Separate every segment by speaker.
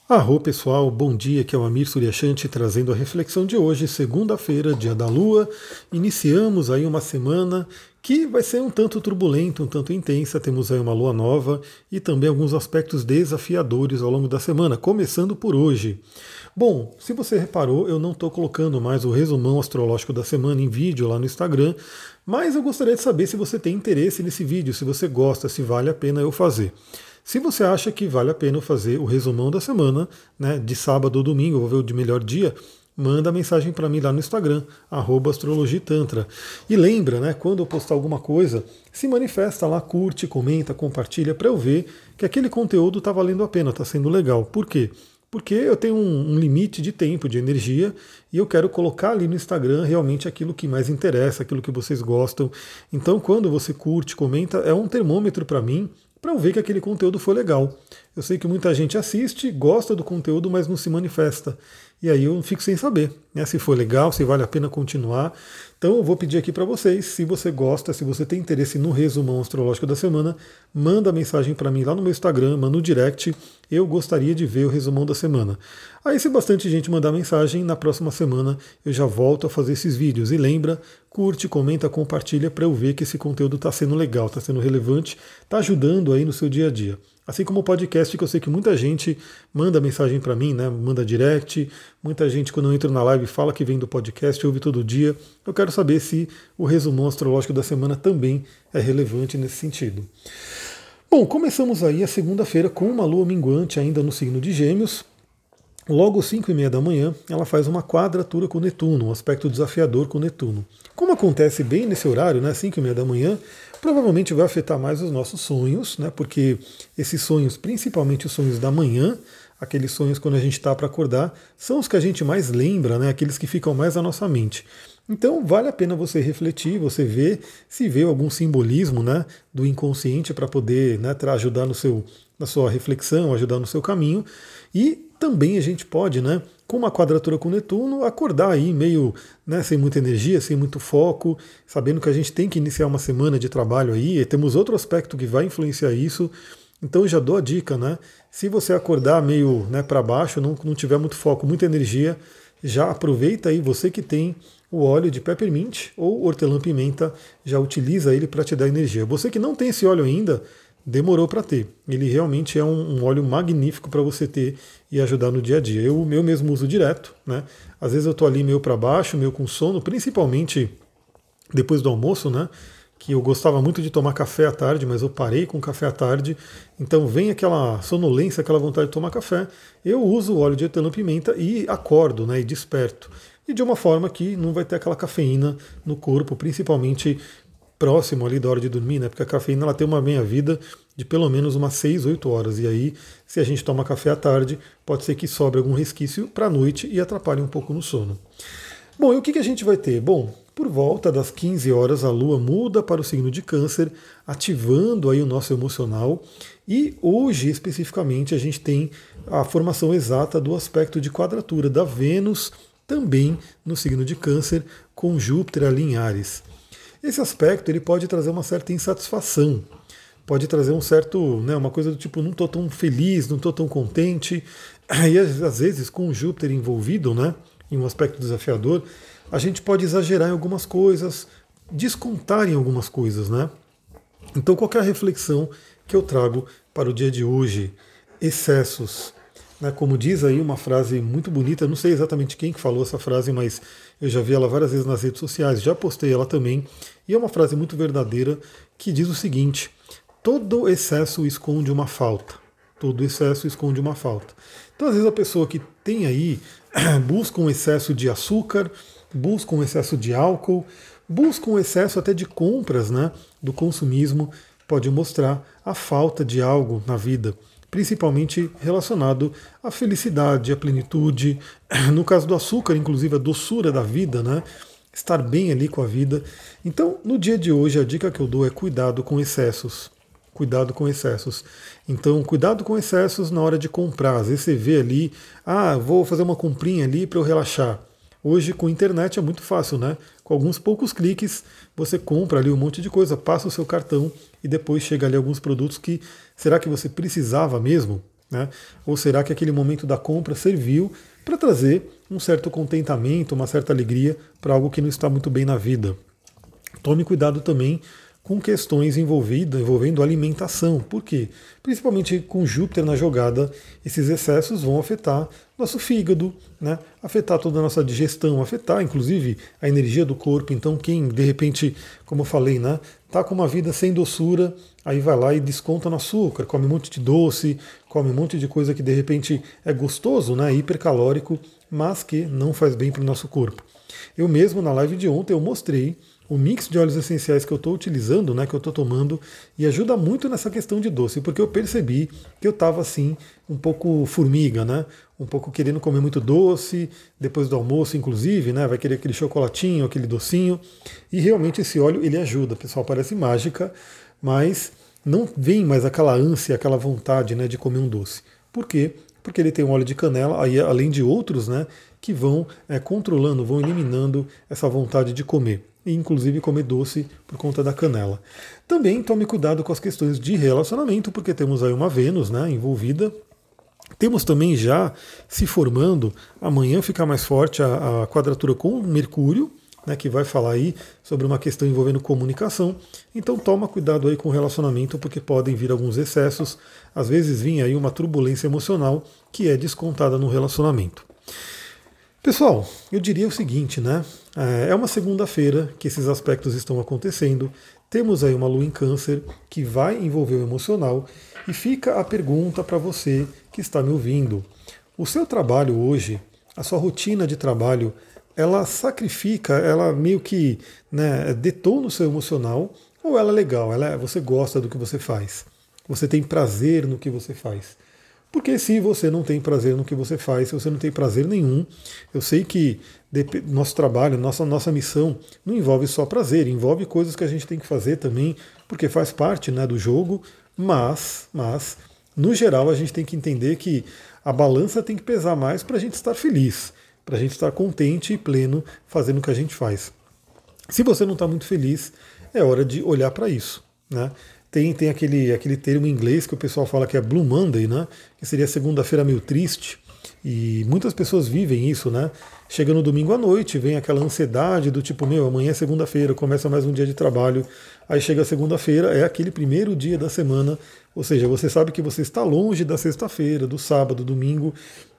Speaker 1: Arro pessoal, bom dia, aqui é o Amir Suryashanti trazendo a reflexão de hoje, segunda-feira, dia da Lua. Iniciamos aí uma semana que vai ser um tanto turbulenta, um tanto intensa. Temos aí uma lua nova e também alguns aspectos desafiadores ao longo da semana, começando por hoje. Bom, se você reparou, eu não estou colocando mais o resumão astrológico da semana em vídeo lá no Instagram, mas eu gostaria de saber se você tem interesse nesse vídeo, se você gosta, se vale a pena eu fazer. Se você acha que vale a pena eu fazer o resumão da semana, né, de sábado ou domingo, eu vou ver o de melhor dia, manda mensagem para mim lá no Instagram, @astrologitantra. E lembra, né, quando eu postar alguma coisa, se manifesta lá, curte, comenta, compartilha, para eu ver que aquele conteúdo está valendo a pena, está sendo legal. Por quê? Porque eu tenho um limite de tempo, de energia, e eu quero colocar ali no Instagram realmente aquilo que mais interessa, aquilo que vocês gostam. Então, quando você curte, comenta, é um termômetro para mim, para eu ver que aquele conteúdo foi legal. Eu sei que muita gente assiste, gosta do conteúdo, mas não se manifesta. E aí eu fico sem saber, né, se foi legal, se vale a pena continuar. Então eu vou pedir aqui para vocês, se você gosta, se você tem interesse no resumão astrológico da semana, manda mensagem para mim lá no meu Instagram, no direct. Eu gostaria de ver o resumão da semana. Aí se bastante gente mandar mensagem, na próxima semana eu já volto a fazer esses vídeos. E lembra, curte, comenta, compartilha para eu ver que esse conteúdo está sendo legal, está sendo relevante, está ajudando aí no seu dia a dia. Assim como o podcast, que eu sei que muita gente manda mensagem para mim, né? Manda direct, muita gente quando eu entro na live fala que vem do podcast, ouve todo dia. Eu quero saber se o resumão astrológico da semana também é relevante nesse sentido. Bom, começamos aí a segunda-feira com uma lua minguante ainda no signo de Gêmeos. Logo às 5:30 da manhã, ela faz uma quadratura com Netuno, um aspecto desafiador com Netuno. Como acontece bem nesse horário, né, 5:30 da manhã, provavelmente vai afetar mais os nossos sonhos, né, porque esses sonhos, principalmente os sonhos da manhã, aqueles sonhos quando a gente está para acordar, são os que a gente mais lembra, né, aqueles que ficam mais na nossa mente. Então vale a pena você refletir, você ver se vê algum simbolismo, né, do inconsciente para poder, né, ajudar na sua reflexão, ajudar no seu caminho. E também a gente pode, né, com uma quadratura com Netuno, acordar aí meio, né, sem muita energia, sem muito foco, sabendo que a gente tem que iniciar uma semana de trabalho aí, e temos outro aspecto que vai influenciar isso. Então já dou a dica, né? Se você acordar meio, né, para baixo, não tiver muito foco, muita energia, já aproveita aí, você que tem o óleo de peppermint ou hortelã-pimenta, já utiliza ele para te dar energia. Você que não tem esse óleo ainda, demorou para ter. Ele realmente é um óleo magnífico para você ter e ajudar no dia a dia. Eu mesmo uso direto, né? Às vezes eu estou ali meio para baixo, meio com sono, principalmente depois do almoço, né? Que eu gostava muito de tomar café à tarde, mas eu parei com café à tarde. Então vem aquela sonolência, aquela vontade de tomar café. Eu uso o óleo de hortelã-pimenta e acordo, né? E desperto. E de uma forma que não vai ter aquela cafeína no corpo, principalmente próximo ali da hora de dormir, né? Porque a cafeína ela tem uma meia-vida de pelo menos umas 6, 8 horas. E aí, se a gente toma café à tarde, pode ser que sobre algum resquício para a noite e atrapalhe um pouco no sono. Bom, e o que a gente vai ter? Bom, por volta das 15 horas a Lua muda para o signo de Câncer, ativando aí o nosso emocional. E hoje, especificamente, a gente tem a formação exata do aspecto de quadratura da Vênus, também no signo de Câncer, com Júpiter ali em Áries. Esse aspecto ele pode trazer uma certa insatisfação, pode trazer um certo, né, uma coisa do tipo, não estou tão feliz, não estou tão contente. E às vezes com o Júpiter envolvido, né, em um aspecto desafiador, a gente pode exagerar em algumas coisas, descontar em algumas coisas, né? Então qual que é a reflexão que eu trago para o dia de hoje? Excessos. Né, como diz aí uma frase muito bonita, não sei exatamente quem que falou essa frase, mas eu já vi ela várias vezes nas redes sociais, já postei ela também, e é uma frase muito verdadeira que diz o seguinte: todo excesso esconde uma falta. Todo excesso esconde uma falta. Então, às vezes, a pessoa que tem aí, busca um excesso de açúcar, busca um excesso de álcool, busca um excesso até de compras, né, do consumismo, pode mostrar a falta de algo na vida, principalmente relacionado à felicidade, à plenitude. No caso do açúcar, inclusive a doçura da vida, né? Estar bem ali com a vida. Então, no dia de hoje, a dica que eu dou é cuidado com excessos. Cuidado com excessos. Então, cuidado com excessos na hora de comprar. Às vezes você vê ali, vou fazer uma comprinha ali para eu relaxar. Hoje, com a internet, é muito fácil, né? Com alguns poucos cliques, você compra ali um monte de coisa, passa o seu cartão e depois chega ali alguns produtos que, será que você precisava mesmo? né? Ou será que aquele momento da compra serviu para trazer um certo contentamento, uma certa alegria para algo que não está muito bem na vida? Tome cuidado também com questões envolvendo alimentação. Por quê? Principalmente com Júpiter na jogada, esses excessos vão afetar nosso fígado, né? Afetar toda a nossa digestão, afetar inclusive a energia do corpo. Então quem de repente, como eu falei, né, tá com uma vida sem doçura, aí vai lá e desconta no açúcar, come um monte de doce, come um monte de coisa que de repente é gostoso, né, hipercalórico, mas que não faz bem para o nosso corpo. Eu mesmo na live de ontem eu mostrei o mix de óleos essenciais que eu estou utilizando, né, que eu estou tomando, e ajuda muito nessa questão de doce, porque eu percebi que eu estava assim, um pouco formiga, né, um pouco querendo comer muito doce, depois do almoço inclusive, né, vai querer aquele chocolatinho, aquele docinho, e realmente esse óleo ele ajuda, pessoal, parece mágica, mas não vem mais aquela ânsia, aquela vontade, né, de comer um doce. Por quê? Porque ele tem um óleo de canela, aí, além de outros, né, que vão controlando, vão eliminando essa vontade de comer. E inclusive comer doce por conta da canela. Também tome cuidado com as questões de relacionamento, porque temos aí uma Vênus, né, envolvida. Temos também já se formando, amanhã fica mais forte a quadratura com Mercúrio, né, que vai falar aí sobre uma questão envolvendo comunicação. Então toma cuidado aí com o relacionamento, porque podem vir alguns excessos, às vezes vem aí uma turbulência emocional que é descontada no relacionamento. Pessoal, eu diria o seguinte, né? É uma segunda-feira que esses aspectos estão acontecendo. Temos aí uma lua em Câncer que vai envolver o emocional. E fica a pergunta para você que está me ouvindo. O seu trabalho hoje, a sua rotina de trabalho, ela sacrifica, ela meio que, né, detona o seu emocional, ou ela é legal, você gosta do que você faz? Você tem prazer no que você faz? Porque se você não tem prazer no que você faz, se você não tem prazer nenhum, eu sei que nosso trabalho, nossa missão não envolve só prazer, envolve coisas que a gente tem que fazer também, porque faz parte, né, do jogo, mas, no geral, a gente tem que entender que a balança tem que pesar mais para a gente estar feliz, para a gente estar contente e pleno fazendo o que a gente faz. Se você não está muito feliz, é hora de olhar para isso, né? Tem aquele termo em inglês que o pessoal fala que é Blue Monday, né? Que seria segunda-feira meio triste. E muitas pessoas vivem isso, né? Chega no domingo à noite, vem aquela ansiedade do tipo, meu, amanhã é segunda-feira, começa mais um dia de trabalho. Aí chega a segunda-feira, é aquele primeiro dia da semana, ou seja, você sabe que você está longe da sexta-feira, do sábado, domingo,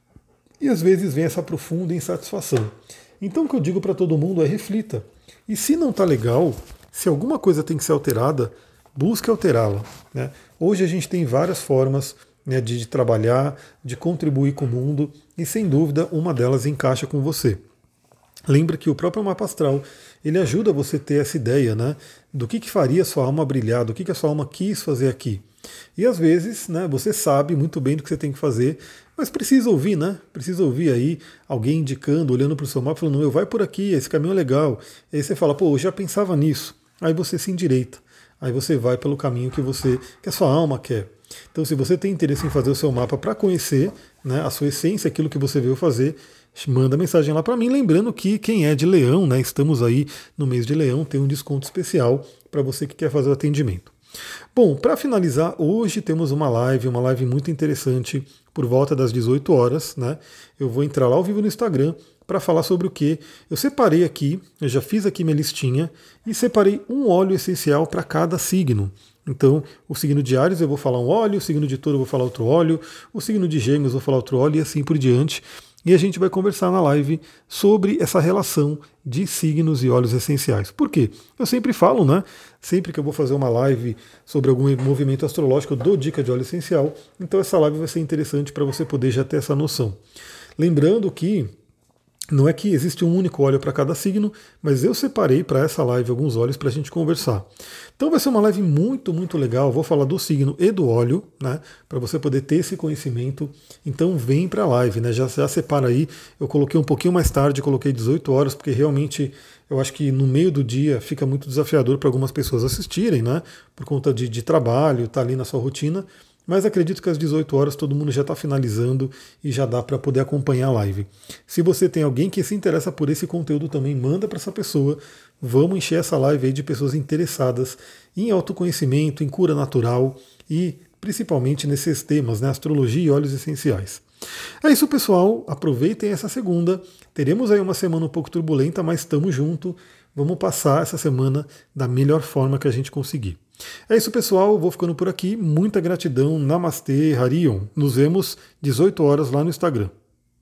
Speaker 1: e às vezes vem essa profunda insatisfação. Então o que eu digo para todo mundo é reflita. E se não está legal, se alguma coisa tem que ser alterada, busque alterá-la, né? Hoje a gente tem várias formas, né, de trabalhar, de contribuir com o mundo, e sem dúvida uma delas encaixa com você. Lembra que o próprio mapa astral ele ajuda você a ter essa ideia, né, do que faria a sua alma brilhar, do que a sua alma quis fazer aqui. E às vezes, né, você sabe muito bem do que você tem que fazer, mas precisa ouvir, né? Precisa ouvir aí alguém indicando, olhando para o seu mapa, falando, meu, vai por aqui, esse caminho é legal. E aí você fala, pô, eu já pensava nisso. Aí você se endireita. Aí você vai pelo caminho que a sua alma quer. Então, se você tem interesse em fazer o seu mapa para conhecer, né, a sua essência, aquilo que você veio fazer, manda mensagem lá para mim, lembrando que quem é de Leão, né, estamos aí no mês de Leão, tem um desconto especial para você que quer fazer o atendimento. Bom, para finalizar, hoje temos uma live muito interessante por volta das 18 horas, né? Eu vou entrar lá ao vivo no Instagram para falar sobre o que eu separei aqui, eu já fiz aqui minha listinha e separei um óleo essencial para cada signo. Então, o signo de Áries eu vou falar um óleo, o signo de Touro eu vou falar outro óleo, o signo de Gêmeos eu vou falar outro óleo e assim por diante. E a gente vai conversar na live sobre essa relação de signos e óleos essenciais. Por quê? Eu sempre falo, né? Sempre que eu vou fazer uma live sobre algum movimento astrológico, eu dou dica de óleo essencial. Então essa live vai ser interessante para você poder já ter essa noção. Lembrando que não é que existe um único óleo para cada signo, mas eu separei para essa live alguns óleos para a gente conversar. Então vai ser uma live muito, muito legal. Vou falar do signo e do óleo, né? Para você poder ter esse conhecimento. Então vem para a live, né? Já separa aí. Eu coloquei um pouquinho mais tarde, coloquei 18 horas, porque realmente eu acho que no meio do dia fica muito desafiador para algumas pessoas assistirem, né? Por conta de trabalho, tá ali na sua rotina. Mas acredito que às 18 horas todo mundo já está finalizando e já dá para poder acompanhar a live. Se você tem alguém que se interessa por esse conteúdo também, manda para essa pessoa. Vamos encher essa live aí de pessoas interessadas em autoconhecimento, em cura natural e principalmente nesses temas, né? Astrologia e óleos essenciais. É isso, pessoal. Aproveitem essa segunda. Teremos aí uma semana um pouco turbulenta, mas estamos junto. Vamos passar essa semana da melhor forma que a gente conseguir. É isso, pessoal. Vou ficando por aqui. Muita gratidão. Namastê, Harion. Nos vemos 18 horas lá no Instagram.